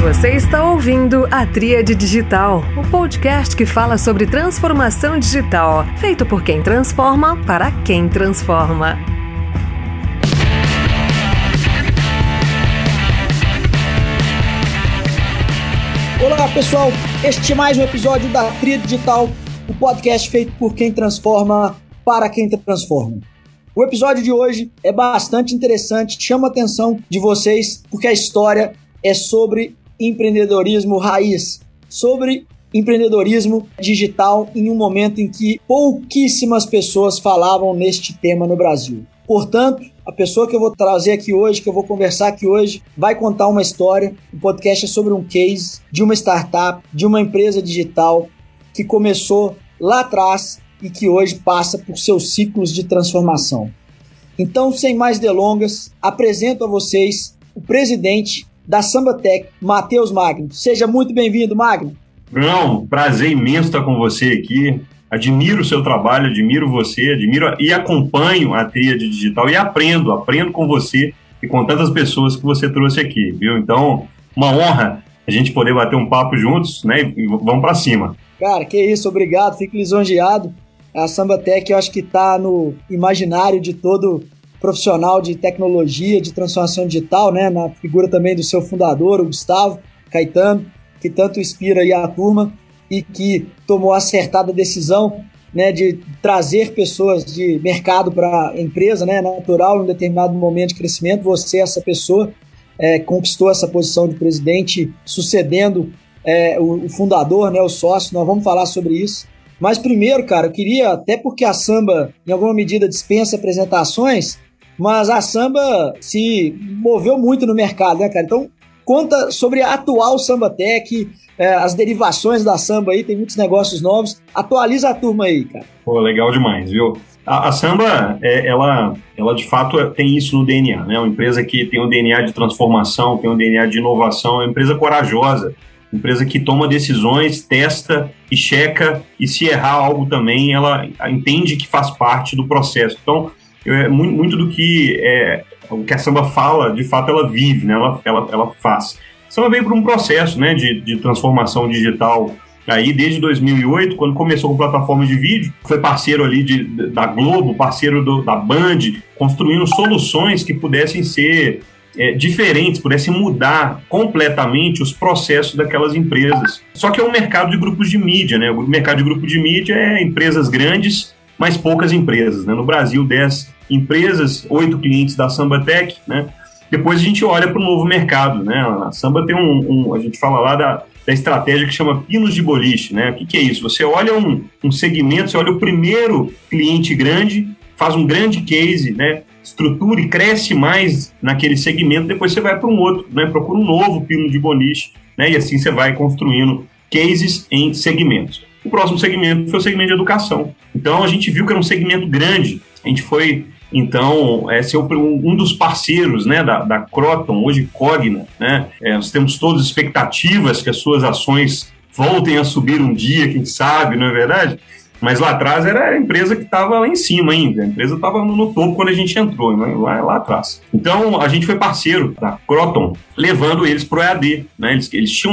Você está ouvindo a Tríade Digital, o podcast que fala sobre transformação digital, feito por quem transforma para quem transforma. Olá pessoal, este é mais um episódio da Tríade Digital, o podcast feito por quem transforma para quem transforma. O episódio de hoje é bastante interessante, chama a atenção de vocês, porque a história é sobre empreendedorismo raiz, sobre empreendedorismo digital em um momento em que pouquíssimas pessoas falavam neste tema no Brasil. Portanto, a pessoa que eu vou trazer aqui hoje, que eu vou conversar aqui hoje, vai contar uma história. O podcast é sobre um case de uma startup, de uma empresa digital que começou lá atrás e que hoje passa por seus ciclos de transformação. Então, sem mais delongas, apresento a vocês o presidente da Sambatech, Matheus Magno. Seja muito bem-vindo, Magno. Brunão, prazer imenso estar com você aqui. Admiro o seu trabalho, admiro você, admiro e acompanho a Tríade Digital e aprendo com você e com tantas pessoas que você trouxe aqui, viu? Então, uma honra a gente poder bater um papo juntos, né? E vamos para cima. Cara, que isso, obrigado, fico lisonjeado. A Sambatech, eu acho que está no imaginário de todo profissional de tecnologia, de transformação digital, né? Na figura também do seu fundador, o Gustavo Caetano, que tanto inspira aí a turma e que tomou a acertada decisão, né, de trazer pessoas de mercado para a empresa, né? Natural, em um determinado momento de crescimento. Você, essa pessoa, conquistou essa posição de presidente, sucedendo o fundador, né, o sócio. Nós vamos falar sobre isso. Mas primeiro, cara, eu queria, até porque a Samba, em alguma medida, dispensa apresentações, mas a Samba se moveu muito no mercado, né, cara? Então, conta sobre a atual Sambatech, as derivações da Samba aí, tem muitos negócios novos. Atualiza a turma aí, cara. Pô, legal demais, viu? A Samba, ela de fato tem isso no DNA, né? Uma empresa que tem um DNA de transformação, tem um DNA de inovação, é uma empresa corajosa, empresa que toma decisões, testa e checa, e se errar algo também, ela entende que faz parte do processo. Então, muito do que o que a Samba fala, de fato, ela vive, né? Ela faz. A Samba veio por um processo, né, de transformação digital aí desde 2008, quando começou com plataforma de vídeo, foi parceiro ali da Globo, parceiro da Band, construindo soluções que pudessem ser diferentes, pudessem mudar completamente os processos daquelas empresas. Só que é um mercado de grupos de mídia, né? O mercado de grupo de mídia é empresas grandes, mas poucas empresas, né? No Brasil, 10 empresas, 8 clientes da Sambatech, né? Depois a gente olha para o novo mercado, né? A Samba tem a gente fala lá da estratégia que chama pinos de boliche, né? O que é isso? Você olha um segmento, você olha o primeiro cliente grande, faz um grande case, né? Estrutura e cresce mais naquele segmento, depois você vai para um outro, né? Procura um novo pino de boliche, né? E assim você vai construindo cases em segmentos. O próximo segmento foi o segmento de educação. Então a gente viu que era um segmento grande, a gente foi, então, ser um dos parceiros, né, da Croton, hoje Cogna, né? Nós temos todas as expectativas que as suas ações voltem a subir um dia, quem sabe, não é verdade? Mas lá atrás era a empresa que estava lá em cima ainda, a empresa estava no topo quando a gente entrou, né? lá atrás. Então, a gente foi parceiro da Croton, levando eles para o EAD, né? Eles tinham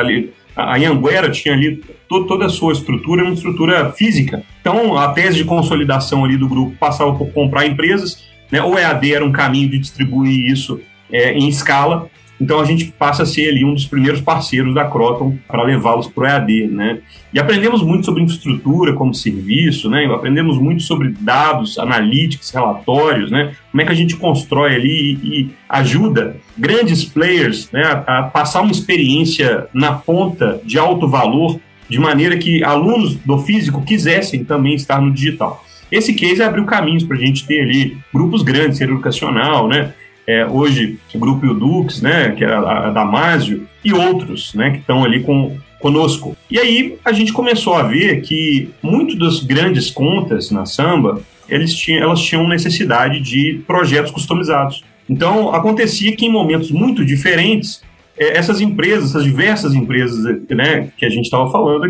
a Anhanguera tinha ali toda a sua estrutura, uma estrutura física. Então, a tese de consolidação ali do grupo passava por comprar empresas, né? O EAD era um caminho de distribuir isso em escala. Então, a gente passa a ser ali um dos primeiros parceiros da Croton para levá-los para o EAD, né? E aprendemos muito sobre infraestrutura como serviço, né? Aprendemos muito sobre dados, analytics, relatórios, né? Como é que a gente constrói ali e ajuda grandes players, né, a passar uma experiência na ponta de alto valor, de maneira que alunos do físico quisessem também estar no digital. Esse case abriu caminhos para a gente ter ali grupos grandes, ser educacional, né? Hoje, o Grupo Udux, né, que é a Damásio, e outros, né, que estão ali conosco. E aí a gente começou a ver que muito das grandes contas na Samba, elas tinham necessidade de projetos customizados. Então, acontecia que em momentos muito diferentes, essas diversas empresas, né, que a gente estava falando aqui,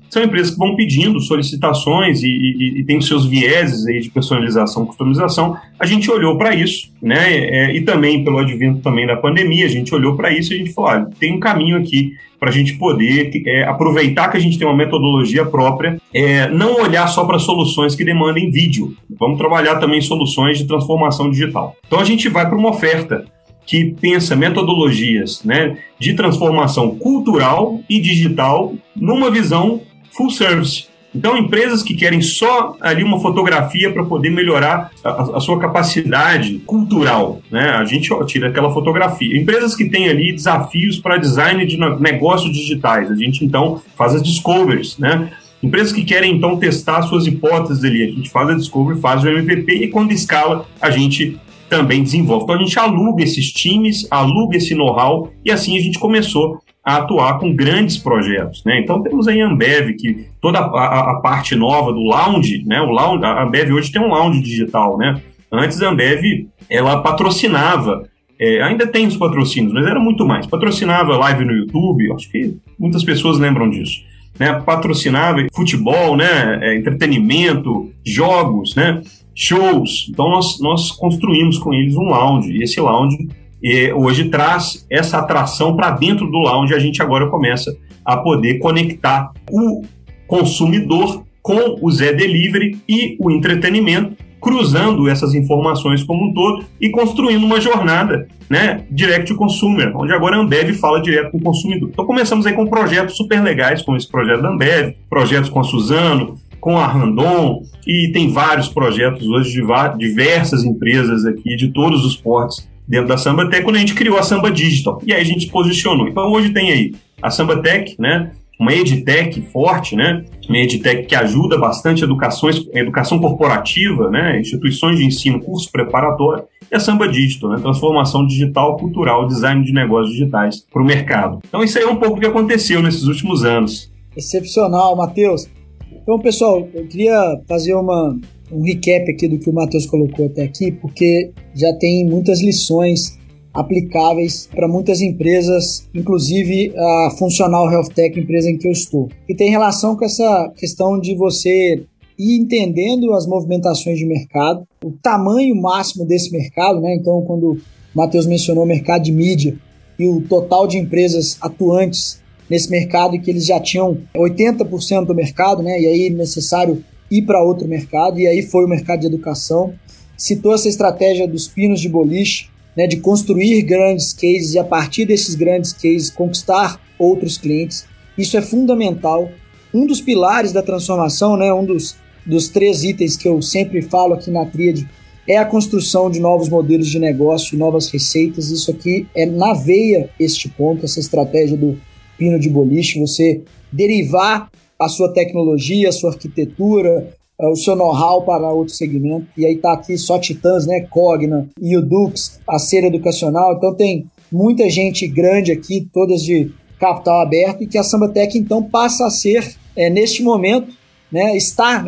são empresas que vão pedindo solicitações e tem os seus vieses aí de personalização, customização. A gente olhou para isso, né? E também pelo advento também da pandemia, a gente olhou para isso e a gente falou, tem um caminho aqui para a gente poder aproveitar que a gente tem uma metodologia própria, não olhar só para soluções que demandem vídeo. Vamos trabalhar também soluções de transformação digital. Então a gente vai para uma oferta que pensa metodologias, né, de transformação cultural e digital numa visão full service. Então, empresas que querem só ali uma fotografia para poder melhorar a sua capacidade cultural, né? A gente tira aquela fotografia. Empresas que têm ali desafios para design de negócios digitais, a gente então faz as discoveries, né? Empresas que querem então testar suas hipóteses ali, a gente faz a discovery, faz o MVP e quando escala, a gente também desenvolve. Então a gente aluga esses times, aluga esse know-how e assim a gente começou a atuar com grandes projetos, né? Então temos aí a Ambev, que toda a parte nova do lounge, né? A Ambev hoje tem um lounge digital, né? Antes a Ambev, ela patrocinava, ainda tem os patrocínios, mas era muito mais. Patrocinava live no YouTube, acho que muitas pessoas lembram disso, né? Patrocinava futebol, né? Entretenimento, jogos, né? Shows. Então nós construímos com eles um lounge, e esse lounge hoje traz essa atração para dentro do lounge. A gente agora começa a poder conectar o consumidor com o Zé Delivery e o entretenimento, cruzando essas informações como um todo e construindo uma jornada, né, direct to consumer, onde agora a Ambev fala direto com o consumidor. Então começamos aí com projetos super legais, como esse projeto da Ambev, projetos com a Suzano, com a Randon, e tem vários projetos hoje de diversas empresas aqui, de todos os portes dentro da Sambatec, quando a gente criou a Samba Digital. E aí a gente se posicionou. Então hoje tem aí a Sambatec, né? Uma edtech forte, né? Uma edtech que ajuda bastante educação corporativa, né? Instituições de ensino, curso preparatório, e a Samba Digital, né? Transformação digital, cultural, design de negócios digitais para o mercado. Então isso aí é um pouco o que aconteceu nesses últimos anos. Excepcional, Matheus. Então, pessoal, eu queria fazer um recap aqui do que o Matheus colocou até aqui, porque já tem muitas lições aplicáveis para muitas empresas, inclusive a Funcional Health Tech, empresa em que eu estou. E tem relação com essa questão de você ir entendendo as movimentações de mercado, o tamanho máximo desse mercado, né? Então, quando o Matheus mencionou o mercado de mídia e o total de empresas atuantes nesse mercado, e que eles já tinham 80% do mercado, né? E aí necessário ir para outro mercado, e aí foi o mercado de educação. Citou essa estratégia dos pinos de boliche, né? De construir grandes cases e a partir desses grandes cases conquistar outros clientes. Isso é fundamental. Um dos pilares da transformação, né? Um dos 3 itens que eu sempre falo aqui na Tríade é a construção de novos modelos de negócio, novas receitas. Isso aqui é na veia este ponto, essa estratégia do pino de boliche, você derivar a sua tecnologia, a sua arquitetura, o seu know-how para outro segmento. E aí está aqui só titãs, né? Cogna, Udux, a Ser Educacional. Então tem muita gente grande aqui, todas de capital aberto, e que a Sambatec então passa a ser, neste momento, né? Está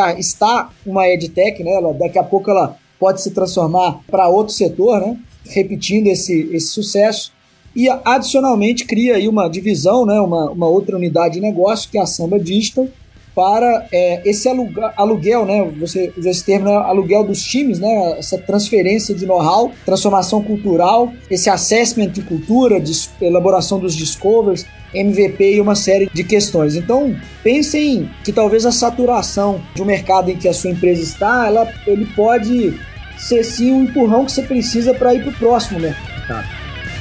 uma edtech, né? Daqui a pouco ela pode se transformar para outro setor, né? Repetindo esse sucesso. E, adicionalmente, cria aí uma divisão, né, uma outra unidade de negócio, que é a Samba Digital, para esse aluguel, né, você usa esse termo, né, aluguel dos times, né, essa transferência de know-how, transformação cultural, esse assessment de cultura, de elaboração dos discovers, MVP e uma série de questões. Então, pensem que talvez a saturação de um mercado em que a sua empresa está, ele pode ser sim um empurrão que você precisa para ir para o próximo mercado.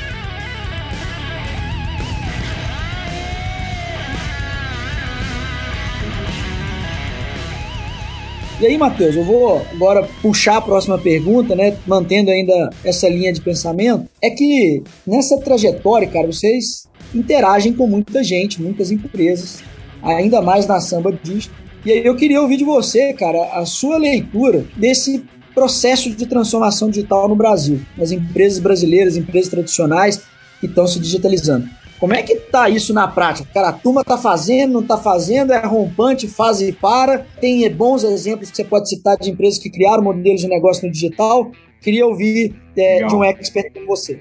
E aí, Matheus, eu vou agora puxar a próxima pergunta, né? Mantendo ainda essa linha de pensamento. É que nessa trajetória, cara, vocês interagem com muita gente, muitas empresas, ainda mais na Samba Digital. E aí eu queria ouvir de você, cara, a sua leitura desse processo de transformação digital no Brasil, nas empresas brasileiras, empresas tradicionais que estão se digitalizando. Como é que tá isso na prática? Cara, a turma tá fazendo, não tá fazendo, é rompante, faz e para. Tem bons exemplos que você pode citar de empresas que criaram modelos de negócio no digital. Queria ouvir de um expert como você.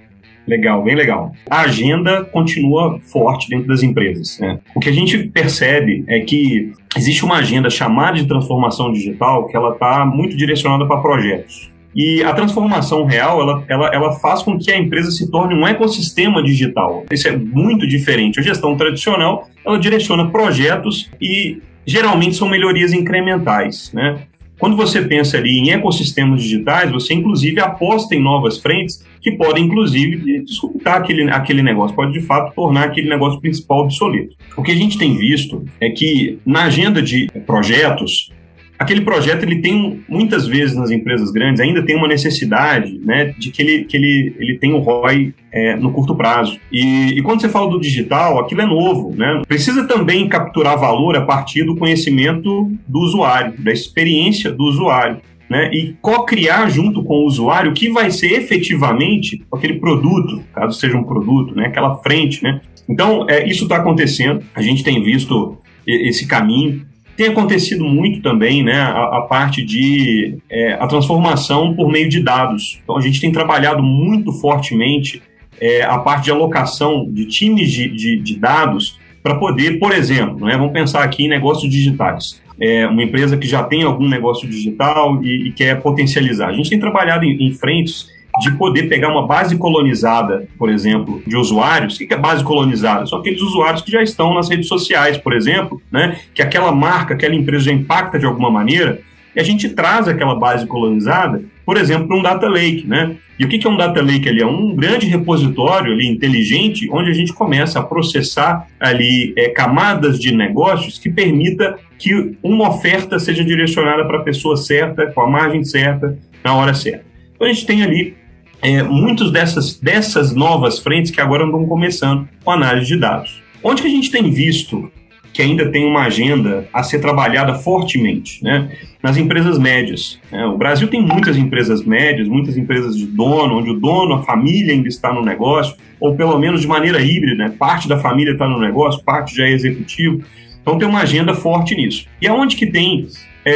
Legal, bem legal. A agenda continua forte dentro das empresas, né? O que a gente percebe é que existe uma agenda chamada de transformação digital que ela está muito direcionada para projetos. E a transformação real, ela faz com que a empresa se torne um ecossistema digital. Isso é muito diferente. A gestão tradicional, ela direciona projetos e geralmente são melhorias incrementais, né? Quando você pensa ali em ecossistemas digitais, você inclusive aposta em novas frentes que podem inclusive disruptar aquele negócio, pode de fato tornar aquele negócio principal obsoleto. O que a gente tem visto é que na agenda de projetos, aquele projeto ele tem muitas vezes nas empresas grandes ainda tem uma necessidade, né, de que ele tenha o ROI no curto prazo. E quando você fala do digital, aquilo é novo, né? Precisa também capturar valor a partir do conhecimento do usuário, da experiência do usuário, né? E co-criar junto com o usuário o que vai ser efetivamente aquele produto, caso seja um produto, né? Aquela frente, né? Então, isso está acontecendo, a gente tem visto esse caminho. Tem acontecido muito também, né, a parte de a transformação por meio de dados. Então, a gente tem trabalhado muito fortemente a parte de alocação de times de dados para poder, por exemplo, né, vamos pensar aqui em negócios digitais. Uma empresa que já tem algum negócio digital e quer potencializar. A gente tem trabalhado em frentes de poder pegar uma base colonizada, por exemplo, de usuários. O que é base colonizada? São aqueles usuários que já estão nas redes sociais, por exemplo, né? Que aquela marca, aquela empresa já impacta de alguma maneira, e a gente traz aquela base colonizada, por exemplo, para um data lake, né? E o que é um data lake ali? É um grande repositório ali, inteligente, onde a gente começa a processar ali camadas de negócios que permita que uma oferta seja direcionada para a pessoa certa, com a margem certa, na hora certa. Então a gente tem ali muitas dessas novas frentes que agora estão começando com análise de dados. Onde que a gente tem visto que ainda tem uma agenda a ser trabalhada fortemente, né? Nas empresas médias, né? O Brasil tem muitas empresas médias, muitas empresas de dono, onde o dono, a família ainda está no negócio, ou pelo menos de maneira híbrida, né? Parte da família está no negócio, parte já é executivo. Então tem uma agenda forte nisso. E aonde que tem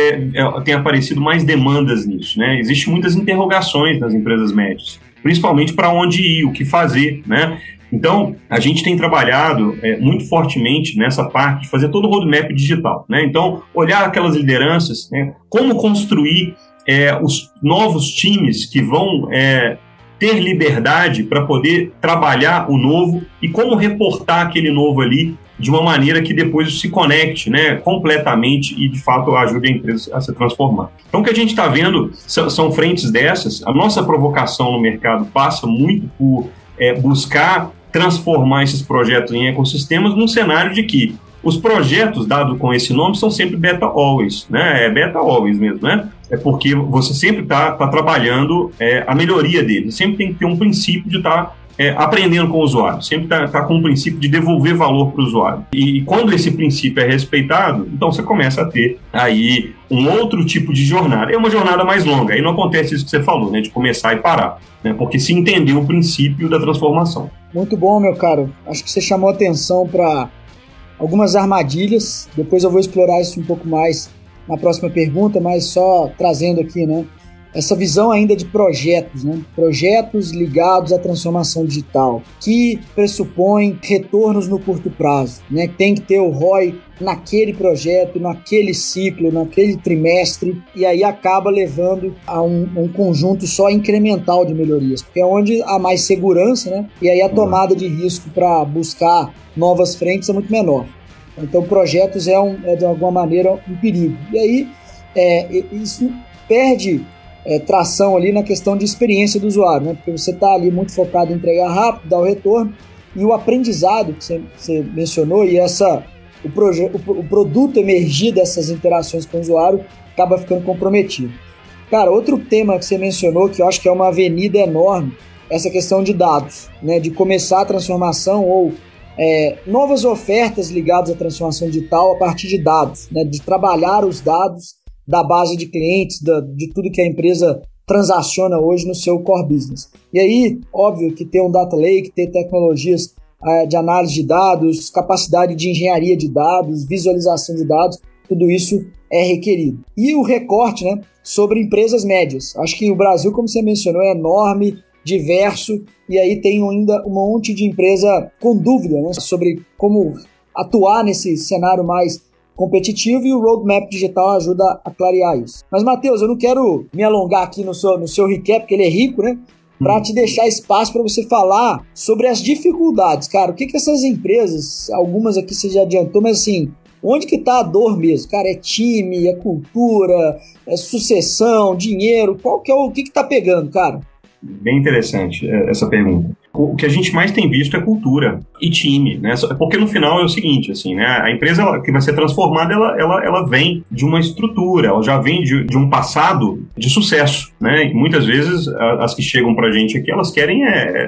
aparecido mais demandas nisso, né? Existem muitas interrogações nas empresas médias, principalmente para onde ir, o que fazer, né? Então, a gente tem trabalhado muito fortemente nessa parte de fazer todo o roadmap digital, né? Então, olhar aquelas lideranças, né? Como construir os novos times que vão ter liberdade para poder trabalhar o novo e como reportar aquele novo ali de uma maneira que depois se conecte, né, completamente e, de fato, ajude a empresa a se transformar. Então, o que a gente está vendo são frentes dessas. A nossa provocação no mercado passa muito por buscar transformar esses projetos em ecossistemas num cenário de que os projetos, dado com esse nome, são sempre beta always, né? É beta always mesmo, né? É porque você sempre está trabalhando a melhoria dele, sempre tem que ter um princípio de estar aprendendo com o usuário, sempre está com o princípio de devolver valor para o usuário. E quando esse princípio é respeitado, então você começa a ter aí um outro tipo de jornada. É uma jornada mais longa, aí não acontece isso que você falou, né, de começar e parar, né, porque se entendeu o princípio da transformação. Muito bom, meu caro. Acho que você chamou atenção para algumas armadilhas, depois eu vou explorar isso um pouco mais na próxima pergunta, mas só trazendo aqui, né, essa visão ainda de projetos, né? Projetos ligados à transformação digital, que pressupõem retornos no curto prazo, né? Tem que ter o ROI naquele projeto, naquele ciclo, naquele trimestre, e aí acaba levando a um conjunto só incremental de melhorias, porque é onde há mais segurança, né? E aí a tomada de risco para buscar novas frentes é muito menor. Então projetos é de alguma maneira um perigo. E aí isso perde tração ali na questão de experiência do usuário, né? Porque você está ali muito focado em entregar rápido, dar o retorno, e o aprendizado que você mencionou e o produto emergir dessas interações com o usuário acaba ficando comprometido. Cara, outro tema que você mencionou, que eu acho que é uma avenida enorme, essa questão de dados, né? De começar a transformação ou novas ofertas ligadas à transformação digital a partir de dados, né? De trabalhar os dados da base de clientes, de tudo que a empresa transaciona hoje no seu core business. E aí, óbvio que ter um data lake, ter tecnologias de análise de dados, capacidade de engenharia de dados, visualização de dados, tudo isso é requerido. E o recorte, né, sobre empresas médias. Acho que o Brasil, como você mencionou, é enorme, diverso, e aí tem ainda um monte de empresa com dúvida, né, sobre como atuar nesse cenário mais competitivo, e o Roadmap Digital ajuda a clarear isso. Mas, Matheus, eu não quero me alongar aqui no seu recap, porque ele é rico, né? Para te deixar espaço para você falar sobre as dificuldades, cara. O que essas empresas, algumas aqui você já adiantou, mas assim, onde que tá a dor mesmo? Cara, é time, é cultura, é sucessão, dinheiro, o que tá pegando, cara? Bem interessante essa pergunta. O que a gente mais tem visto é cultura e time, né? Porque no final é o seguinte, assim, né? A empresa que vai ser transformada, ela vem de uma estrutura, ela já vem de um passado de sucesso, né? E muitas vezes as que chegam pra gente aqui, elas querem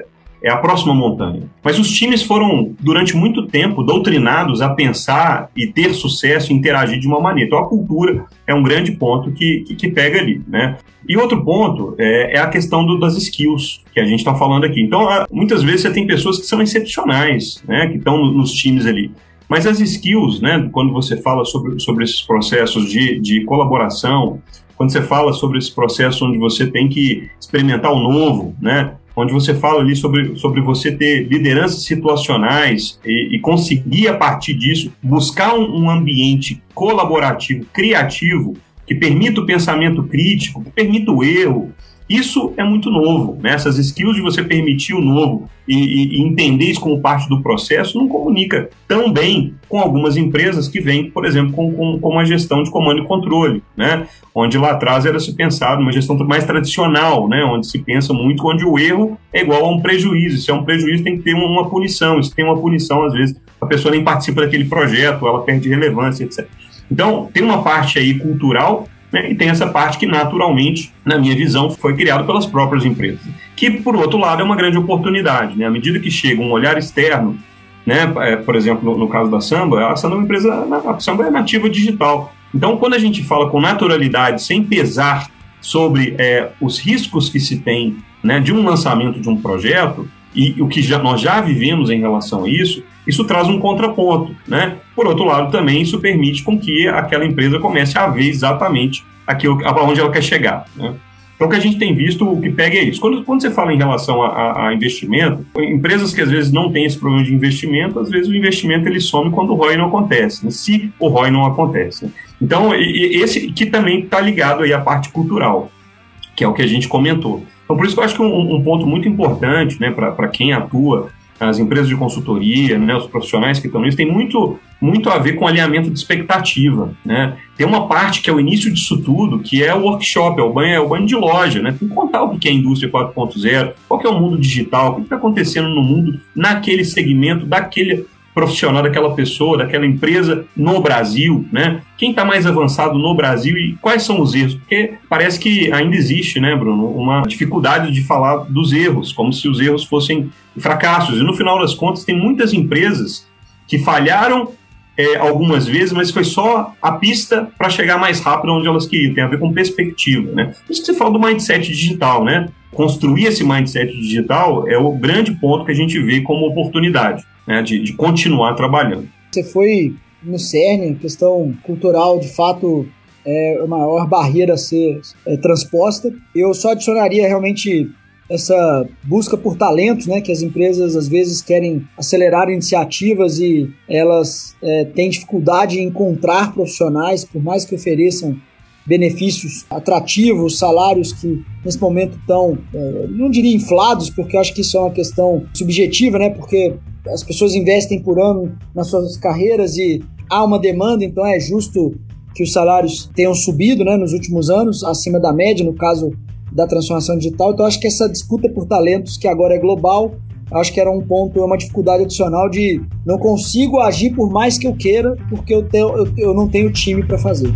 a próxima montanha. Mas os times foram, durante muito tempo, doutrinados a pensar e ter sucesso e interagir de uma maneira. Então, a cultura é um grande ponto que pega ali, né? E outro ponto é a questão das skills que a gente está falando aqui. Então, muitas vezes você tem pessoas que são excepcionais, né? Que estão nos times ali. Mas as skills, né? Quando você fala sobre esses processos de colaboração, quando você fala sobre esse processo onde você tem que experimentar o novo, né? Onde você fala ali sobre você ter lideranças situacionais e conseguir, a partir disso, buscar um ambiente colaborativo, criativo, que permita o pensamento crítico, que permita o erro. Isso é muito novo, né? Essas skills de você permitir o novo e entender isso como parte do processo não comunica tão bem com algumas empresas que vêm, por exemplo, com uma gestão de comando e controle, né? Onde lá atrás era se pensado uma gestão mais tradicional, né? Onde se pensa muito, onde o erro é igual a um prejuízo. Se é um prejuízo, tem que ter uma punição. Se tem uma punição, às vezes, a pessoa nem participa daquele projeto, ela perde relevância, etc. Então, tem uma parte aí cultural, né, e tem essa parte que, naturalmente, na minha visão, foi criada pelas próprias empresas. Que, por outro lado, é uma grande oportunidade, né? À medida que chega um olhar externo, né, por exemplo, no caso da Samba, a Samba é uma empresa, a Samba é nativa digital. Então, quando a gente fala com naturalidade, sem pesar sobre os riscos que se tem, né, de um lançamento de um projeto, e o que nós já vivemos em relação a isso traz um contraponto, né? Por outro lado, também isso permite com que aquela empresa comece a ver exatamente aonde ela quer chegar, né? Então, o que a gente tem visto, o que pega é isso. Quando você fala em relação a investimento, empresas que às vezes não têm esse problema de investimento, às vezes o investimento ele some quando o ROI não acontece, né? Se o ROI não acontece, né? Então, esse que também está ligado aí à parte cultural, que é o que a gente comentou. Então, por isso que eu acho que um ponto muito importante, né, para quem atua, as empresas de consultoria, né, os profissionais que estão nisso, tem muito a ver com alinhamento de expectativa, né? Tem uma parte que é o início disso tudo, que é o workshop, é o banho de loja, né? Tem que contar o que é a indústria 4.0, qual que é o mundo digital, o que está acontecendo no mundo, naquele segmento, daquele profissional, daquela pessoa, daquela empresa no Brasil, né? Quem está mais avançado no Brasil e quais são os erros? Porque parece que ainda existe, né, Bruno, uma dificuldade de falar dos erros, como se os erros fossem fracassos. E no final das contas, tem muitas empresas que falharam algumas vezes, mas foi só a pista para chegar mais rápido onde elas queriam. Tem a ver com perspectiva, né? Por isso que você fala do mindset digital, né? Construir esse mindset digital é o grande ponto que a gente vê como oportunidade, né, de continuar trabalhando. Você foi no cerne, questão cultural, de fato, é a maior barreira a ser transposta. Eu só adicionaria realmente essa busca por talentos, né, que as empresas às vezes querem acelerar iniciativas e elas têm dificuldade em encontrar profissionais, por mais que ofereçam benefícios atrativos, salários que nesse momento estão, não diria inflados, porque eu acho que isso é uma questão subjetiva, né? Porque as pessoas investem por ano nas suas carreiras e há uma demanda, então é justo que os salários tenham subido, né, nos últimos anos, acima da média, no caso da transformação digital. Então acho que essa disputa por talentos, que agora é global, acho que era um ponto, uma dificuldade adicional de não consigo agir por mais que eu queira, porque eu não tenho time para fazer.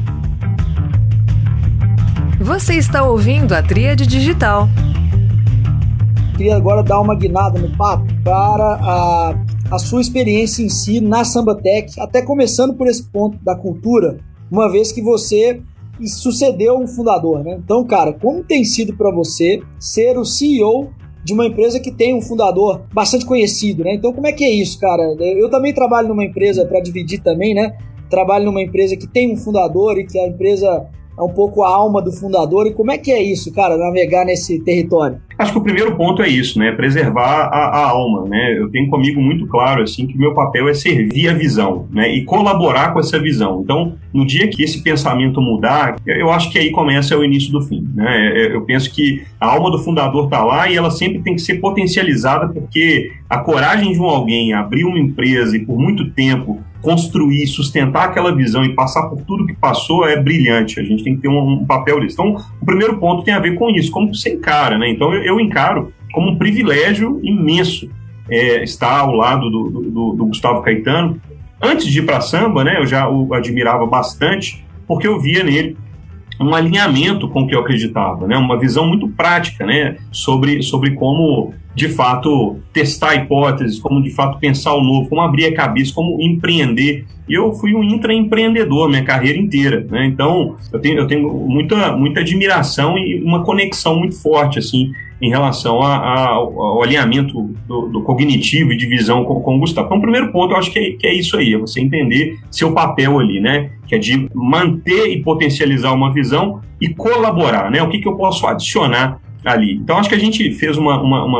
Você está ouvindo a Tríade Digital. Queria agora dar uma guinada no papo para a sua experiência em si na Sambatec, até começando por esse ponto da cultura, uma vez que você sucedeu um fundador, né? Então, cara, como tem sido para você ser o CEO de uma empresa que tem um fundador bastante conhecido, né? Então, como é que é isso, cara? Eu também trabalho numa empresa, para dividir também, né? Trabalho numa empresa que tem um fundador e que a empresa é um pouco a alma do fundador. E como é que é isso, cara, navegar nesse território? Acho que o primeiro ponto é isso, né? Preservar a alma, né? Eu tenho comigo muito claro, assim, que o meu papel é servir a visão, né? E colaborar com essa visão. Então, no dia que esse pensamento mudar, eu acho que aí começa o início do fim, né? Eu penso que a alma do fundador está lá e ela sempre tem que ser potencializada, porque a coragem de alguém abrir uma empresa e por muito tempo construir, sustentar aquela visão e passar por tudo que passou é brilhante. A gente tem que ter um papel disso. Então, o primeiro ponto tem a ver com isso, como você encara, né? Então, eu encaro como um privilégio imenso estar ao lado do Gustavo Caetano. Antes de ir para a samba, né, eu já o admirava bastante, porque eu via nele um alinhamento com o que eu acreditava, né? Uma visão muito prática, né? sobre como, de fato, testar hipóteses, como, de fato, pensar o novo, como abrir a cabeça, como empreender. E eu fui um intraempreendedor minha carreira inteira, né? Então, eu tenho muita admiração e uma conexão muito forte, assim, em relação ao alinhamento do cognitivo e de visão com o Gustavo. Então, o primeiro ponto, eu acho que é isso aí, é você entender seu papel ali, né? Que é de manter e potencializar uma visão e colaborar, né? O que eu posso adicionar ali. Então, acho que a gente fez uma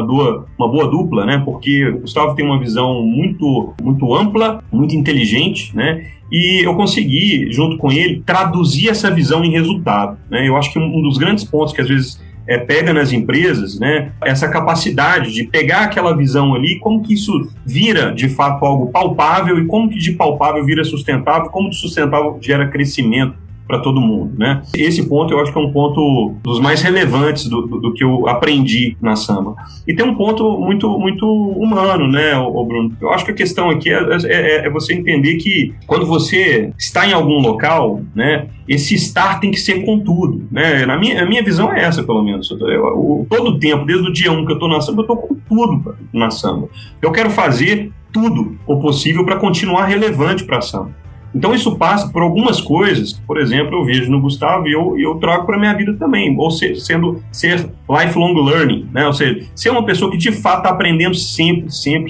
boa dupla, né? Porque o Gustavo tem uma visão muito ampla, muito inteligente, né? E eu consegui, junto com ele, traduzir essa visão em resultado, né? Eu acho que um dos grandes pontos que, às vezes, pega nas empresas, né? Essa capacidade de pegar aquela visão ali, como que isso vira, de fato, algo palpável e como que de palpável vira sustentável, como de sustentável gera crescimento para todo mundo, né? Esse ponto eu acho que é um ponto dos mais relevantes do que eu aprendi na samba. E tem um ponto muito humano, né, Bruno? Eu acho que a questão aqui é você entender que quando você está em algum local, né, esse estar tem que ser com tudo, né? A minha visão é essa, pelo menos. Todo o tempo, desde o dia 1 que eu estou na samba, eu estou com tudo na samba. Eu quero fazer tudo o possível para continuar relevante para a samba. Então isso passa por algumas coisas que, por exemplo, eu vejo no Gustavo e eu troco para a minha vida também, ou ser lifelong learning, né? Ou seja, ser uma pessoa que de fato está aprendendo sempre.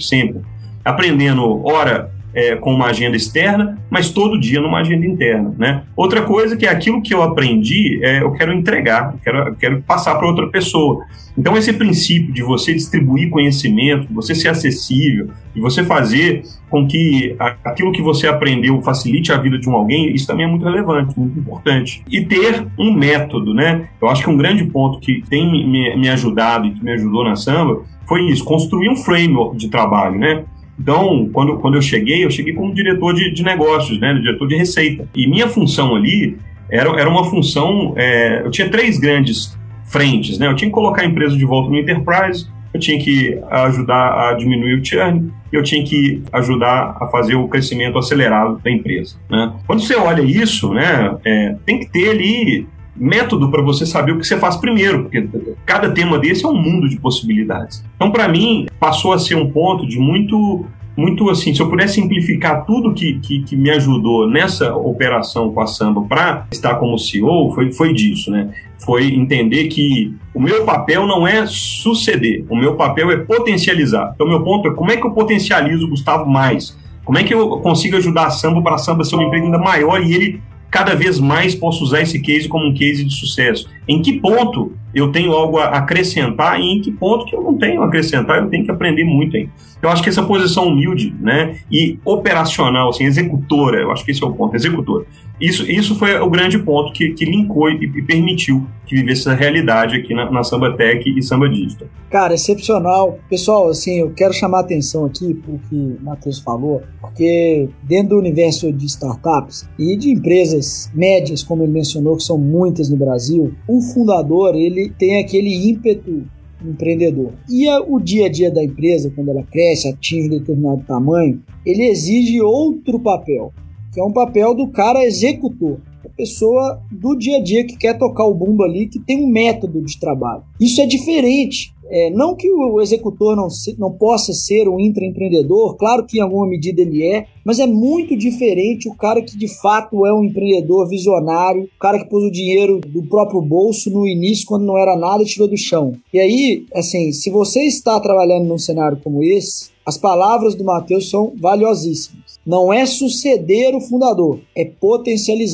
Aprendendo, ora, com uma agenda externa, mas todo dia numa agenda interna, né? Outra coisa que é aquilo que eu aprendi, eu quero entregar, eu quero passar para outra pessoa. Então esse princípio de você distribuir conhecimento, de você ser acessível, de você fazer com que aquilo que você aprendeu facilite a vida de alguém, isso também é muito relevante, muito importante. E ter um método, né? Eu acho que um grande ponto que tem me ajudado e que me ajudou na samba foi isso, construir um framework de trabalho, né? Então, quando eu cheguei como diretor de negócios, né, diretor de receita. E minha função ali era uma função, eu tinha 3 grandes frentes, né? Eu tinha que colocar a empresa de volta no enterprise, eu tinha que ajudar a diminuir o churn, eu tinha que ajudar a fazer o crescimento acelerado da empresa, né? Quando você olha isso, né, tem que ter ali método para você saber o que você faz primeiro, porque cada tema desse é um mundo de possibilidades. Então, para mim, passou a ser um ponto de muito assim, se eu pudesse simplificar tudo que me ajudou nessa operação com a samba para estar como CEO, foi disso, né? Foi entender que o meu papel não é suceder, o meu papel é potencializar. Então, meu ponto é como é que eu potencializo o Gustavo mais? Como é que eu consigo ajudar a samba para a samba ser uma empresa ainda maior e ele cada vez mais posso usar esse case como um case de sucesso? Em que ponto eu tenho algo a acrescentar e em que ponto que eu não tenho a acrescentar, eu tenho que aprender muito ainda. Eu acho que essa posição humilde, né, e operacional, assim, executora, eu acho que esse é o ponto, executora. Isso foi o grande ponto que linkou e permitiu que vivesse essa realidade aqui na Samba Tech e Samba Digital. Cara, excepcional. Pessoal, assim, eu quero chamar a atenção aqui pro que o Matheus falou, porque dentro do universo de startups e de empresas médias, como ele mencionou, que são muitas no Brasil, o fundador, ele tem aquele ímpeto empreendedor. E o dia a dia da empresa, quando ela cresce, atinge um determinado tamanho, ele exige outro papel, que é um papel do cara executor, a pessoa do dia a dia que quer tocar o bumbo ali, que tem um método de trabalho. Isso é diferente. Não que o executor não possa ser um intraempreendedor, claro que em alguma medida ele é, mas é muito diferente o cara que de fato é um empreendedor visionário, o cara que pôs o dinheiro do próprio bolso no início, quando não era nada, e tirou do chão. E aí, assim, se você está trabalhando num cenário como esse, as palavras do Matheus são valiosíssimas. Não é suceder o fundador, é potencializá-lo.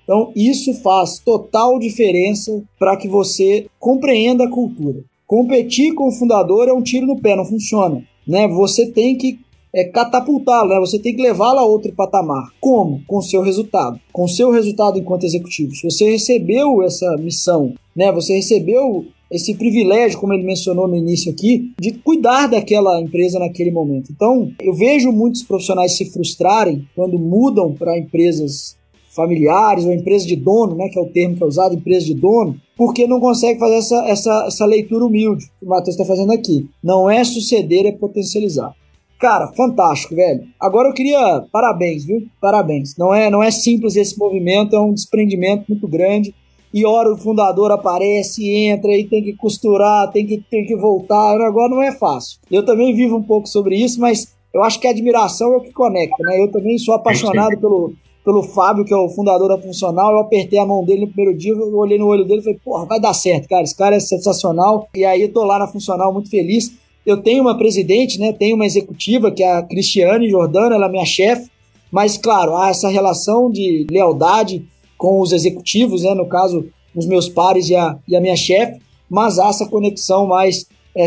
Então, isso faz total diferença para que você compreenda a cultura. Competir com o fundador é um tiro no pé, não funciona, né? Você tem que catapultá-lo, né? Você tem que levá-lo a outro patamar. Como? Com o seu resultado. Com o seu resultado enquanto executivo. Se você recebeu essa missão, né? Você recebeu esse privilégio, como ele mencionou no início aqui, de cuidar daquela empresa naquele momento. Então, eu vejo muitos profissionais se frustrarem quando mudam para empresas familiares ou empresa de dono, né, que é o termo que é usado, empresa de dono, porque não consegue fazer essa leitura humilde que o Matheus está fazendo aqui. Não é suceder, é potencializar. Cara, fantástico, velho. Agora eu queria... Parabéns, viu? Parabéns. Não é simples esse movimento, é um desprendimento muito grande. E hora o fundador aparece, entra e tem que costurar, tem que voltar. Agora não é fácil. Eu também vivo um pouco sobre isso, mas eu acho que a admiração é o que conecta, né? Eu também sou apaixonado pelo Fábio, que é o fundador da Funcional. Eu apertei a mão dele no primeiro dia, eu olhei no olho dele e falei, porra, vai dar certo, cara. Esse cara é sensacional. E aí eu tô lá na Funcional muito feliz. Eu tenho uma presidente, né? Tenho uma executiva, que é a Cristiane Jordano, ela é minha chefe. Mas, claro, há essa relação de lealdade com os executivos, né? No caso, os meus pares e a minha chefe. Mas há essa conexão mais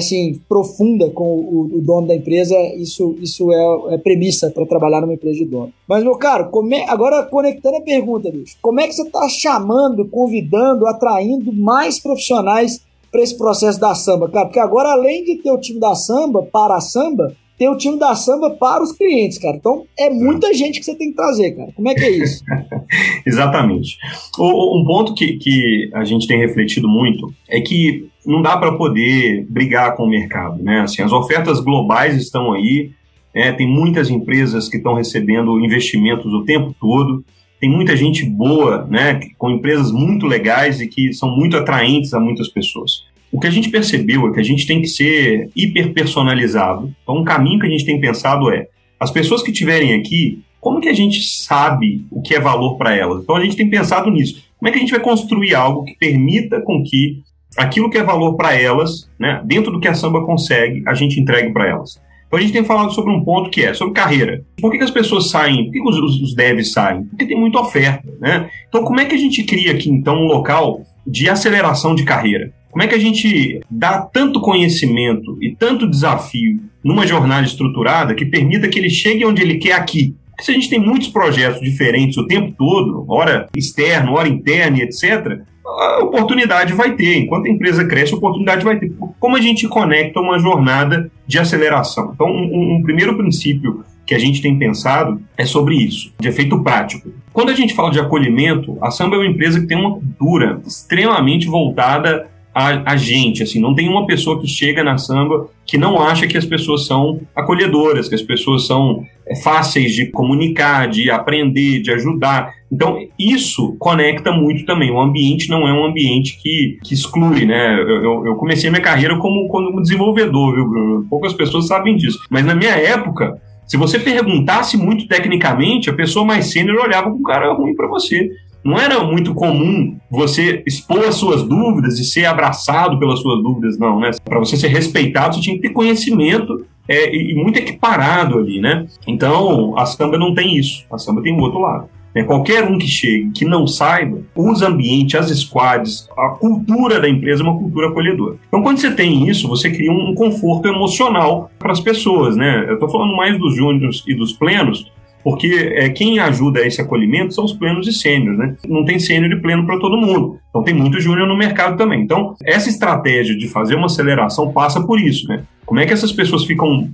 profunda com o dono da empresa. Isso é premissa para trabalhar numa empresa de dono. Mas, meu caro, agora conectando a pergunta, bicho, como é que você está chamando, convidando, atraindo mais profissionais para esse processo da samba, cara? Porque agora, além de ter o time da samba para a samba, tem o time da samba para os clientes, cara. Então, é muita gente que você tem que trazer, cara. Como é que é isso? Exatamente. Um ponto que a gente tem refletido muito é que não dá para poder brigar com o mercado, né? Assim, as ofertas globais estão aí, tem muitas empresas que estão recebendo investimentos o tempo todo, tem muita gente boa, né, com empresas muito legais e que são muito atraentes a muitas pessoas. O que a gente percebeu é que a gente tem que ser hiperpersonalizado. Então, um caminho que a gente tem pensado é, as pessoas que estiverem aqui, como que a gente sabe o que é valor para elas? Então, a gente tem pensado nisso. Como é que a gente vai construir algo que permita com que aquilo que é valor para elas, né, dentro do que a Samba consegue, a gente entregue para elas? Então, a gente tem falado sobre um ponto que é sobre carreira. Por que as pessoas saem? Por que os devs saem? Porque tem muita oferta, né? Então, como é que a gente cria aqui, então, um local de aceleração de carreira? Como é que a gente dá tanto conhecimento e tanto desafio numa jornada estruturada que permita que ele chegue onde ele quer aqui? Porque se a gente tem muitos projetos diferentes o tempo todo, hora externo, hora interna e etc., a oportunidade vai ter. Enquanto a empresa cresce, a oportunidade vai ter. Como a gente conecta uma jornada de aceleração? Então, um primeiro princípio que a gente tem pensado é sobre isso, de efeito prático. Quando a gente fala de acolhimento, a Samba é uma empresa que tem uma cultura extremamente voltada a gente, assim, não tem uma pessoa que chega na Samba que não acha que as pessoas são acolhedoras, que as pessoas são fáceis de comunicar, de aprender, de ajudar. Então, isso conecta muito também. O ambiente não é um ambiente que exclui, né? Eu comecei minha carreira como desenvolvedor, viu, Bruno? Poucas pessoas sabem disso. Mas na minha época, se você perguntasse muito tecnicamente, a pessoa mais sênior olhava com um cara ruim para você. Não era muito comum você expor as suas dúvidas e ser abraçado pelas suas dúvidas, não, né? Para você ser respeitado, você tinha que ter conhecimento e muito equiparado ali, né? Então, a Samba não tem isso. A Samba tem o outro lado. Qualquer um que chegue, que não saiba, os ambientes, as squads, a cultura da empresa é uma cultura acolhedora. Então, quando você tem isso, você cria um conforto emocional para as pessoas, né? Eu estou falando mais dos júniors e dos plenos, porque quem ajuda a esse acolhimento são os plenos e sêniors, né? Não tem sênior e pleno para todo mundo. Então tem muito júnior no mercado também. Então essa estratégia de fazer uma aceleração passa por isso, né? Como é que essas pessoas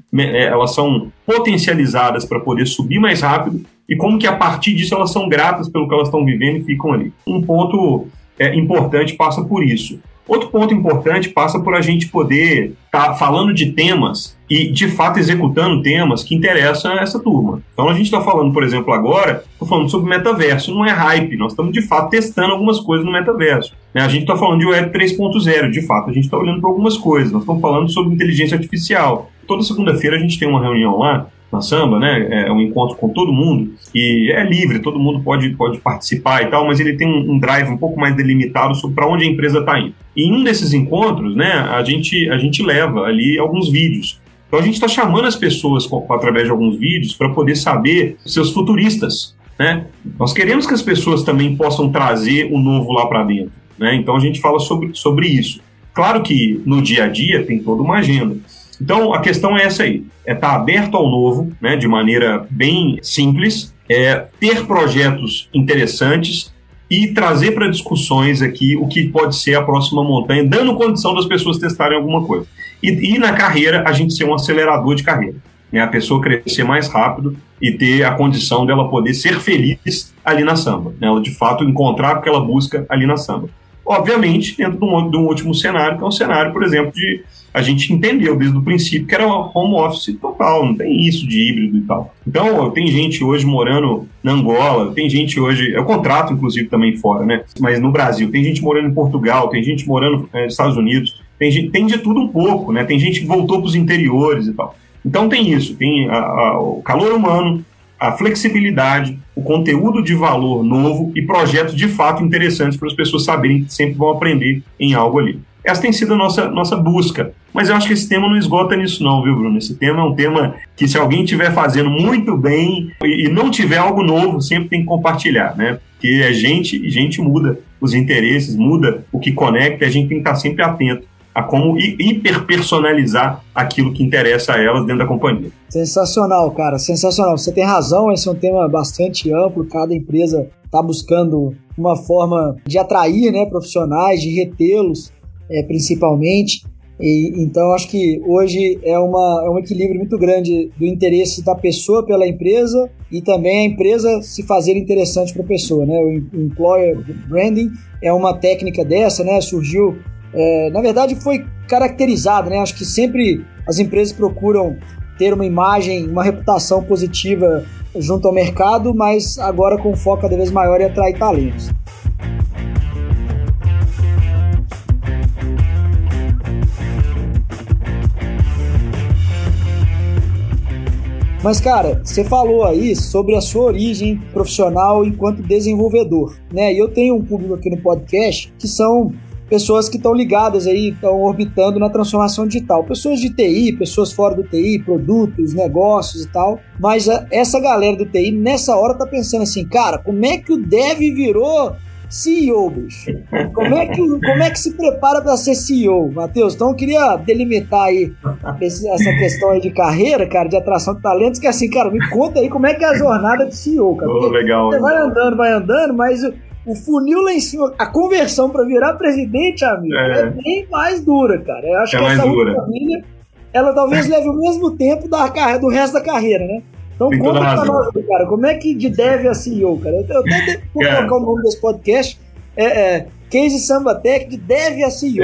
elas são potencializadas para poder subir mais rápido e como que a partir disso elas são gratas pelo que elas estão vivendo e ficam ali. Um ponto importante passa por isso. Outro ponto importante passa por a gente poder estar falando de temas e, de fato, executando temas que interessam a essa turma. Então, a gente está falando, por exemplo, agora, estou falando sobre metaverso. Não é hype, nós estamos, de fato, testando algumas coisas no metaverso. A gente está falando de Web 3.0, de fato, a gente está olhando para algumas coisas. Nós estamos falando sobre inteligência artificial. Toda segunda-feira a gente tem uma reunião lá, na Samba, né? É um encontro com todo mundo e é livre, todo mundo pode participar e tal, mas ele tem um drive um pouco mais delimitado sobre para onde a empresa está indo. E em um desses encontros, né, a gente leva ali alguns vídeos. Então a gente está chamando as pessoas através de alguns vídeos para poder saber seus futuristas. né? Nós queremos que as pessoas também possam trazer o novo lá para dentro, né? Então a gente fala sobre isso. Claro que no dia a dia tem toda uma agenda. Então a questão é essa aí, é estar aberto ao novo, né, de maneira bem simples, ter projetos interessantes e trazer para discussões aqui o que pode ser a próxima montanha, dando condição das pessoas testarem alguma coisa. E na carreira, a gente ser um acelerador de carreira, né? A pessoa crescer mais rápido e ter a condição dela poder ser feliz ali na Samba, né? Ela, de fato, encontrar o que ela busca ali na Samba. Obviamente, dentro de um último cenário, que é um cenário, por exemplo, de a gente entendeu desde o princípio que era home office total, não tem isso de híbrido e tal. Então, tem gente hoje morando na Angola, tem gente hoje, é o contrato, inclusive, também fora, né? Mas no Brasil, tem gente morando em Portugal, tem gente morando nos Estados Unidos, tem de tudo um pouco, né? Tem gente que voltou para os interiores e tal. Então, tem isso, tem o calor humano, a flexibilidade, o conteúdo de valor novo e projetos de fato interessantes para as pessoas saberem que sempre vão aprender em algo ali. Essa tem sido a nossa busca. Mas eu acho que esse tema não esgota nisso não, viu, Bruno? Esse tema é um tema que, se alguém estiver fazendo muito bem e não tiver algo novo, sempre tem que compartilhar, né? Porque é gente, e gente muda os interesses, muda o que conecta, e a gente tem que estar sempre atento a como hiperpersonalizar aquilo que interessa a elas dentro da companhia. Sensacional, cara, sensacional. Você tem razão, esse é um tema bastante amplo, cada empresa está buscando uma forma de atrair, né, profissionais, de retê-los, principalmente. Então, acho que hoje é um equilíbrio muito grande do interesse da pessoa pela empresa e também a empresa se fazer interessante para a pessoa, né? O Employer Branding é uma técnica dessa, né? Surgiu, na verdade foi caracterizado, né? Acho que sempre as empresas procuram ter uma imagem, uma reputação positiva junto ao mercado, mas agora com foco cada vez maior em atrair talentos. Mas, cara, você falou aí sobre a sua origem profissional enquanto desenvolvedor, né? E eu tenho um público aqui no podcast que são pessoas que estão ligadas aí, estão orbitando na transformação digital. Pessoas de TI, pessoas fora do TI, produtos, negócios e tal. Mas essa galera do TI, nessa hora, tá pensando assim, cara, como é que o dev virou CEO, bicho? Como é que se prepara para ser CEO, Matheus? Então eu queria delimitar aí essa questão aí de carreira, cara, de atração de talentos, que assim, cara, me conta aí como é que é a jornada de CEO, cara. Legal. Você vai andando, mas o funil lá em cima, a conversão para virar presidente, amigo, é bem mais dura, cara. Eu acho que essa outra família, ela talvez leve o mesmo tempo do resto da carreira, né? Então tem conta pra nós, cara, como é que de dev a CEO, cara? Eu até vou colocar o nome desse podcast, Case Sambatech, de dev a CEO.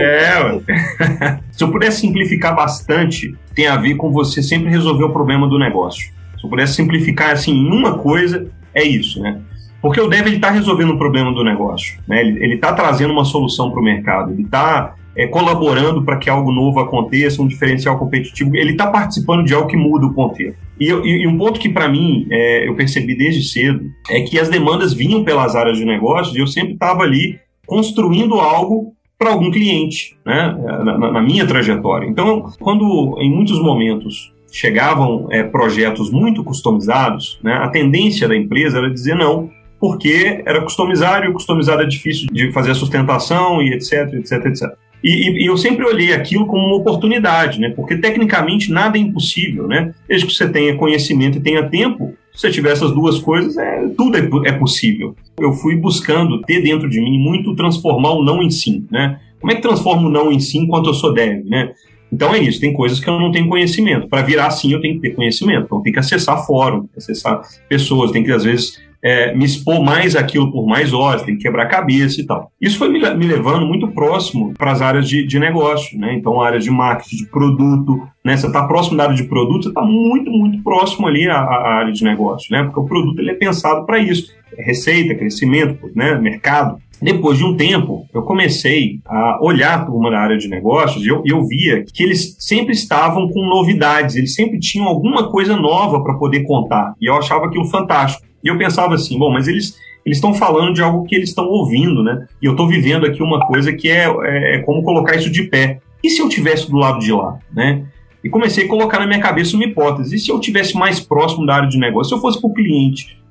Se eu pudesse simplificar bastante, tem a ver com você sempre resolver o problema do negócio. Se eu pudesse simplificar assim em uma coisa, é isso, né? Porque o dev está resolvendo o problema do negócio, né? Ele está trazendo uma solução para o mercado, ele está colaborando para que algo novo aconteça, um diferencial competitivo, ele está participando de algo que muda o ponteiro. E um ponto que, para mim, eu percebi desde cedo, é que as demandas vinham pelas áreas de negócios e eu sempre estava ali construindo algo para algum cliente, né? Na minha trajetória. Então, quando em muitos momentos chegavam projetos muito customizados, né, a tendência da empresa era dizer não, porque era customizado e o customizado é difícil de fazer a sustentação e etc, etc, etc. E eu sempre olhei aquilo como uma oportunidade, né? Porque tecnicamente nada é impossível, né? Desde que você tenha conhecimento e tenha tempo, se você tiver essas duas coisas, tudo é possível. Eu fui buscando ter dentro de mim muito transformar o não em sim, né? Como é que transformo o não em sim enquanto eu sou dev, né? Então é isso, tem coisas que eu não tenho conhecimento. Para virar sim, eu tenho que ter conhecimento. Então tem que acessar fórum, acessar pessoas, tem que às vezes me expor mais aquilo por mais horas, tem que quebrar a cabeça e tal. Isso foi me levando muito próximo para as áreas de negócio, né? Então, áreas de marketing, de produto, né? Você está próximo da área de produto, você está muito, muito próximo ali à área de negócio, né? Porque o produto ele é pensado para isso. Receita, crescimento, né? Mercado. Depois de um tempo, eu comecei a olhar a turma da área de negócios e eu via que eles sempre estavam com novidades, eles sempre tinham alguma coisa nova para poder contar. E eu achava aquilo fantástico. E eu pensava assim, bom, mas eles estão falando de algo que eles estão ouvindo, né? E eu estou vivendo aqui uma coisa que é como colocar isso de pé. E se eu estivesse do lado de lá, né? E comecei a colocar na minha cabeça uma hipótese. E se eu estivesse mais próximo da área de negócio? Se eu fosse para o cliente,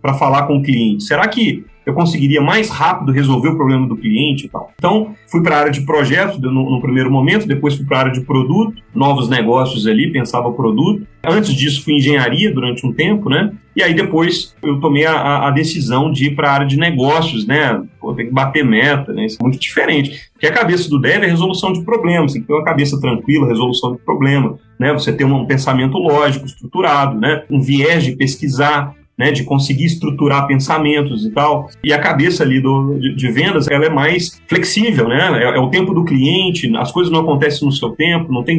para falar com o cliente? Será que eu conseguiria mais rápido resolver o problema do cliente e tal? Então, fui para a área de projetos no primeiro momento, depois fui para a área de produto, novos negócios ali, pensava o produto. Antes disso, fui em engenharia durante um tempo, né? E aí depois eu tomei a decisão de ir para a área de negócios, né? Pô, tem que bater meta, né? Isso é muito diferente. Porque a cabeça do dev é resolução de problemas, tem que ter uma cabeça tranquila, resolução de problema, né? Você ter um pensamento lógico, estruturado, né? Um viés de pesquisar, né, de conseguir estruturar pensamentos e tal. E a cabeça ali de vendas, ela é mais flexível, né? É o tempo do cliente, as coisas não acontecem no seu tempo, não tem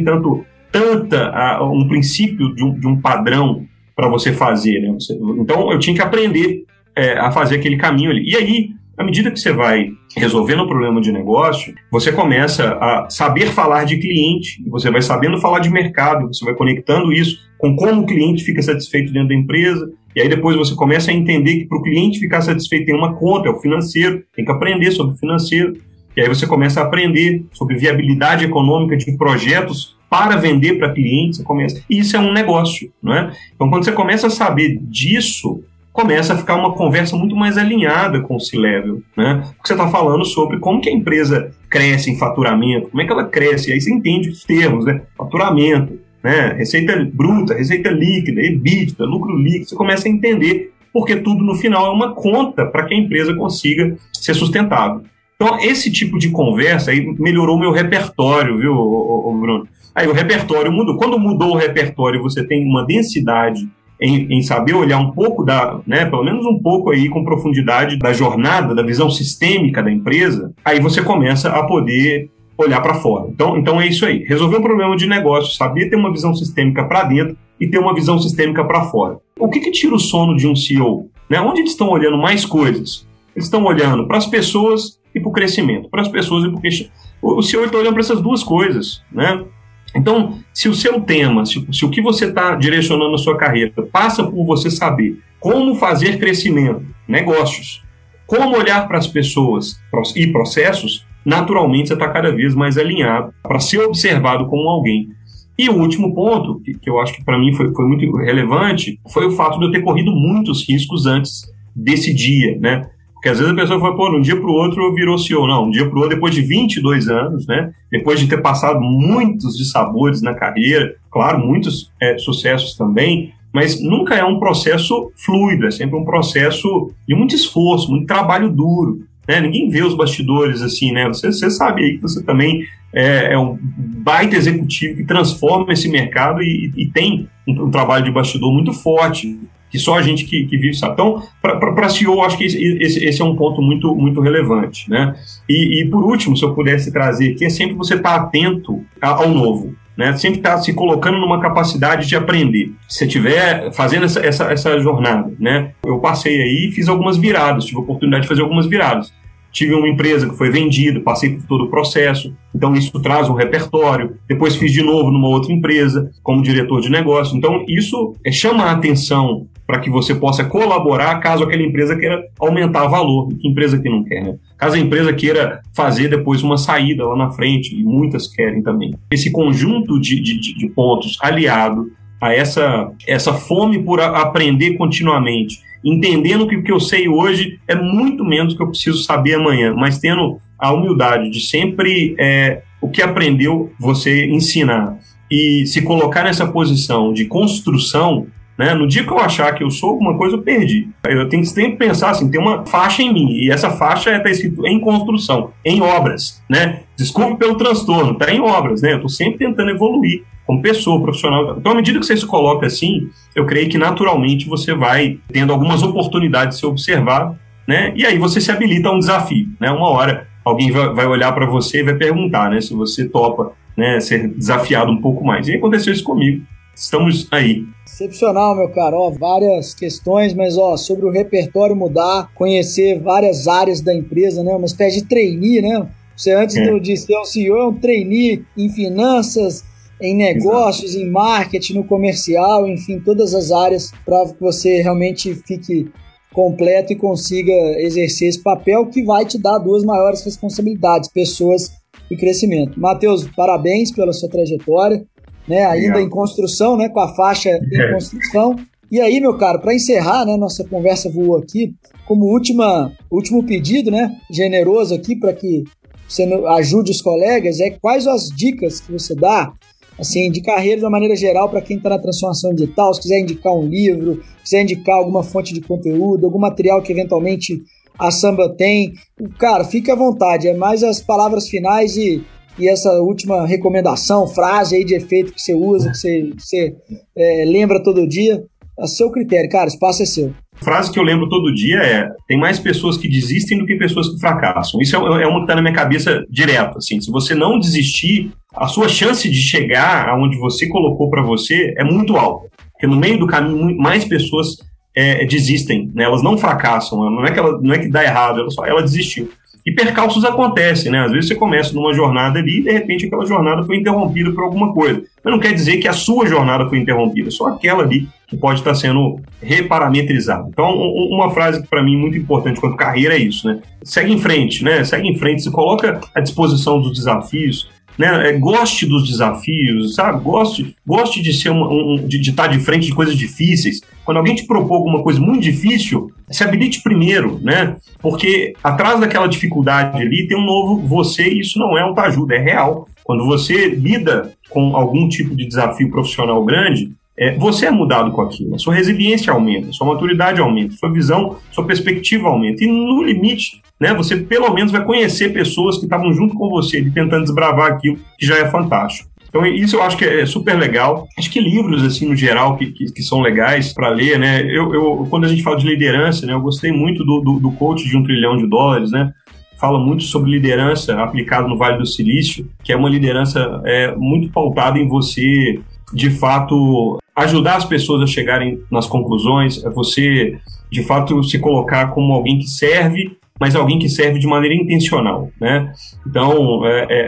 um princípio de um padrão para você fazer, né? Então, eu tinha que aprender a fazer aquele caminho ali. E aí, à medida que você vai resolvendo o problema de negócio, você começa a saber falar de cliente, você vai sabendo falar de mercado, você vai conectando isso com como o cliente fica satisfeito dentro da empresa, e aí depois você começa a entender que para o cliente ficar satisfeito tem uma conta, é o financeiro, tem que aprender sobre o financeiro, e aí você começa a aprender sobre viabilidade econômica de projetos para vender para clientes, e isso é um negócio, né? Então, quando você começa a saber disso, começa a ficar uma conversa muito mais alinhada com o C-Level, né? Porque você está falando sobre como que a empresa cresce em faturamento, como é que ela cresce, e aí você entende os termos, né? Faturamento, né? Receita bruta, receita líquida, EBITDA, lucro líquido, você começa a entender, porque tudo no final é uma conta para que a empresa consiga ser sustentável. Então, esse tipo de conversa aí melhorou o meu repertório, viu, Bruno? Aí o repertório mudou. Quando mudou o repertório, você tem uma densidade em saber olhar um pouco né, pelo menos um pouco aí com profundidade da jornada, da visão sistêmica da empresa, aí você começa a poder olhar para fora. Então é isso aí. Resolver um problema de negócio, saber ter uma visão sistêmica para dentro e ter uma visão sistêmica para fora. O que tira o sono de um CEO? Né? Onde eles estão olhando mais coisas? Eles estão olhando para as pessoas e para o crescimento. Para as pessoas e para o crescimento. O CEO está olhando para essas duas coisas, né? Então, se o seu tema, se o que você está direcionando na sua carreira passa por você saber como fazer crescimento, negócios, como olhar para as pessoas e processos, naturalmente você está cada vez mais alinhado para ser observado como alguém. E o último ponto, que eu acho que para mim foi muito relevante, foi o fato de eu ter corrido muitos riscos antes desse dia, né? Porque às vezes a pessoa fala, pô, de um dia para o outro virou CEO. Não, de um dia para o outro, depois de 22 anos, né? Depois de ter passado muitos dissabores na carreira, claro, muitos sucessos também, mas nunca é um processo fluido, é sempre um processo de muito esforço, muito trabalho duro, né? Ninguém vê os bastidores assim, né? Você sabe aí que você também é um baita executivo que transforma esse mercado e tem um trabalho de bastidor muito forte, que só a gente que vive sabe. Então, para CEO, acho que esse é um ponto muito, muito relevante, né? E por último, se eu pudesse trazer aqui, é sempre você estar atento ao novo, né? Sempre estar se colocando numa capacidade de aprender. Se você estiver fazendo essa jornada, né? Eu passei aí e fiz algumas viradas, tive a oportunidade de fazer algumas viradas. Tive uma empresa que foi vendida, passei por todo o processo, então isso traz um repertório. Depois fiz de novo numa outra empresa, como diretor de negócio. Então isso chama a atenção para que você possa colaborar caso aquela empresa queira aumentar o valor. Que empresa que não quer, né? Caso a empresa queira fazer depois uma saída lá na frente, e muitas querem também. Esse conjunto de pontos aliado a essa fome por aprender continuamente, entendendo que o que eu sei hoje é muito menos do que eu preciso saber amanhã, mas tendo a humildade de sempre o que aprendeu você ensinar e se colocar nessa posição de construção, né? No dia que eu achar que eu sou alguma coisa, eu perdi. Eu tenho que sempre pensar assim, tem uma faixa em mim, e essa faixa está escrito em construção, em obras, né? Desculpe pelo transtorno, está em obras, né? Eu estou sempre tentando evoluir como pessoa, profissional. Então, à medida que você se coloca assim, eu creio que naturalmente você vai tendo algumas oportunidades de ser observado, né? E aí você se habilita a um desafio, né? Uma hora alguém vai olhar para você e vai perguntar, né? Se você topa, né, ser desafiado um pouco mais. E aconteceu isso comigo. Estamos aí. Excepcional, meu caro. Várias questões, mas sobre o repertório mudar, conhecer várias áreas da empresa, né? Uma espécie de trainee, né? Você antes de ser um CEO é um trainee em finanças, em negócios, em marketing, no comercial, enfim, todas as áreas para que você realmente fique completo e consiga exercer esse papel que vai te dar duas maiores responsabilidades, pessoas e crescimento. Matheus, parabéns pela sua trajetória, né? Ainda em construção, né? Com a faixa em construção, E aí, meu caro, para encerrar, né, nossa conversa voou aqui, como último pedido, né, generoso aqui para que você ajude os colegas, quais as dicas que você dá, assim, de carreira de uma maneira geral para quem está na transformação digital, se quiser indicar um livro, quiser indicar alguma fonte de conteúdo, algum material que eventualmente a Samba tem, cara, fique à vontade, é mais as palavras finais e essa última recomendação, frase aí de efeito que você usa, que você lembra todo dia, a seu critério, cara, o espaço é seu. A frase que eu lembro todo dia tem mais pessoas que desistem do que pessoas que fracassam. Isso é uma que está na minha cabeça direto, assim, se você não desistir, a sua chance de chegar aonde você colocou para você é muito alta, porque no meio do caminho mais pessoas desistem, né? Elas não fracassam, não é que dá errado, ela desistiu. E percalços acontecem, né? Às vezes você começa numa jornada ali e de repente aquela jornada foi interrompida por alguma coisa. Mas não quer dizer que a sua jornada foi interrompida, só aquela ali que pode estar sendo reparametrizada. Então, uma frase que para mim é muito importante quanto carreira é isso, né? Segue em frente, né? Segue em frente, se coloca à disposição dos desafios, né? Goste dos desafios, sabe? Goste de ser de estar de frente de coisas difíceis. Quando alguém te propor alguma coisa muito difícil, se habilite primeiro, né? Porque atrás daquela dificuldade ali tem um novo você e isso não é um tajuda, é real. Quando você lida com algum tipo de desafio profissional grande, você é mudado com aquilo, a sua resiliência aumenta, a sua maturidade aumenta, a sua visão, a sua perspectiva aumenta. E no limite, né, você pelo menos vai conhecer pessoas que estavam junto com você, tentando desbravar aquilo que já é fantástico. Então isso eu acho que é super legal. Acho que livros, assim, no geral, que são legais para ler, né? Quando a gente fala de liderança, né, eu gostei muito do coach de $1 trilhão, né? Fala muito sobre liderança aplicada no Vale do Silício, que é uma liderança muito pautada em você, de fato, ajudar as pessoas a chegarem nas conclusões, você, de fato, se colocar como alguém que serve, mas alguém que serve de maneira intencional, né? Então,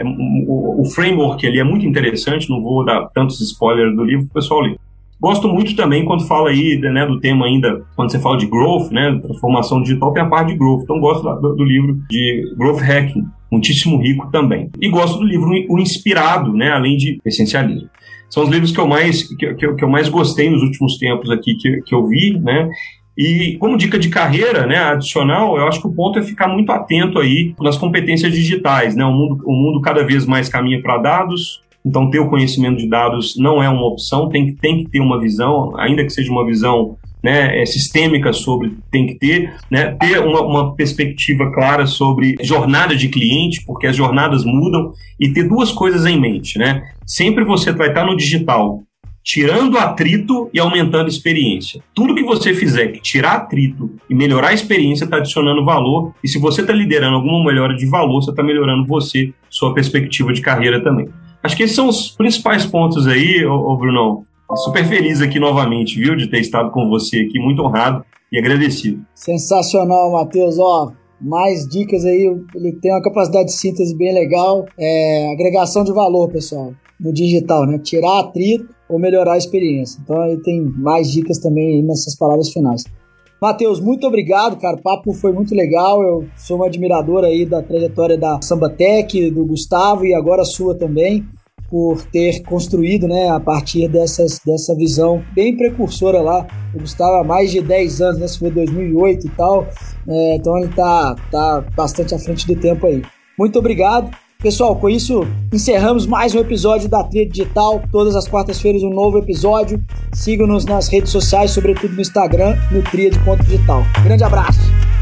o framework ele é muito interessante, não vou dar tantos spoilers do livro para o pessoal ler. Gosto muito também quando fala aí, né, do tema ainda, quando você fala de growth, né, transformação digital, tem a parte de growth. Então, gosto do livro de Growth Hacking, muitíssimo rico também. E gosto do livro O Inspirado, né, além de Essencialismo. São os livros que eu mais gostei nos últimos tempos aqui, que eu vi, né? E como dica de carreira, né, adicional, eu acho que o ponto é ficar muito atento aí nas competências digitais, né? O mundo cada vez mais caminha para dados, então ter o conhecimento de dados não é uma opção, tem que ter uma visão, ainda que seja uma visão, né, sistêmica sobre, tem que ter, né, ter uma perspectiva clara sobre jornada de cliente, porque as jornadas mudam, e ter duas coisas em mente, né? Sempre você vai estar no digital tirando atrito e aumentando experiência. Tudo que você fizer que tirar atrito e melhorar a experiência está adicionando valor, e se você está liderando alguma melhora de valor, você está melhorando você, sua perspectiva de carreira também. Acho que esses são os principais pontos aí, Brunão. Super feliz aqui novamente, viu, de ter estado com você aqui, muito honrado e agradecido. Sensacional, Matheus, mais dicas aí, ele tem uma capacidade de síntese bem legal, agregação de valor, pessoal, no digital, né, tirar atrito ou melhorar a experiência. Então aí tem mais dicas também aí nessas palavras finais. Matheus, muito obrigado, cara, o papo foi muito legal, eu sou um admirador aí da trajetória da Sambatec, do Gustavo e agora a sua também, por ter construído, né, a partir dessa visão bem precursora lá. O Gustavo há mais de 10 anos, né, se foi 2008 e tal, então ele tá bastante à frente do tempo aí. Muito obrigado. Pessoal, com isso encerramos mais um episódio da Tríade Digital. Todas as quartas-feiras um novo episódio. Sigam-nos nas redes sociais, sobretudo no Instagram, no Tríade.digital. Grande abraço!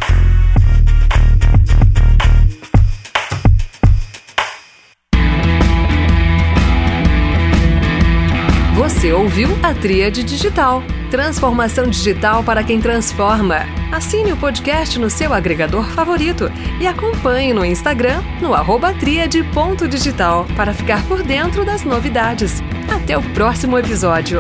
Você ouviu a Tríade Digital. Transformação digital para quem transforma. Assine o podcast no seu agregador favorito e acompanhe no Instagram, no @triade.digital, para ficar por dentro das novidades. Até o próximo episódio.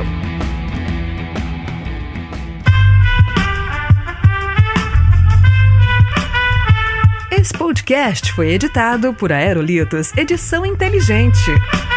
Esse podcast foi editado por Aerolitos Edição Inteligente.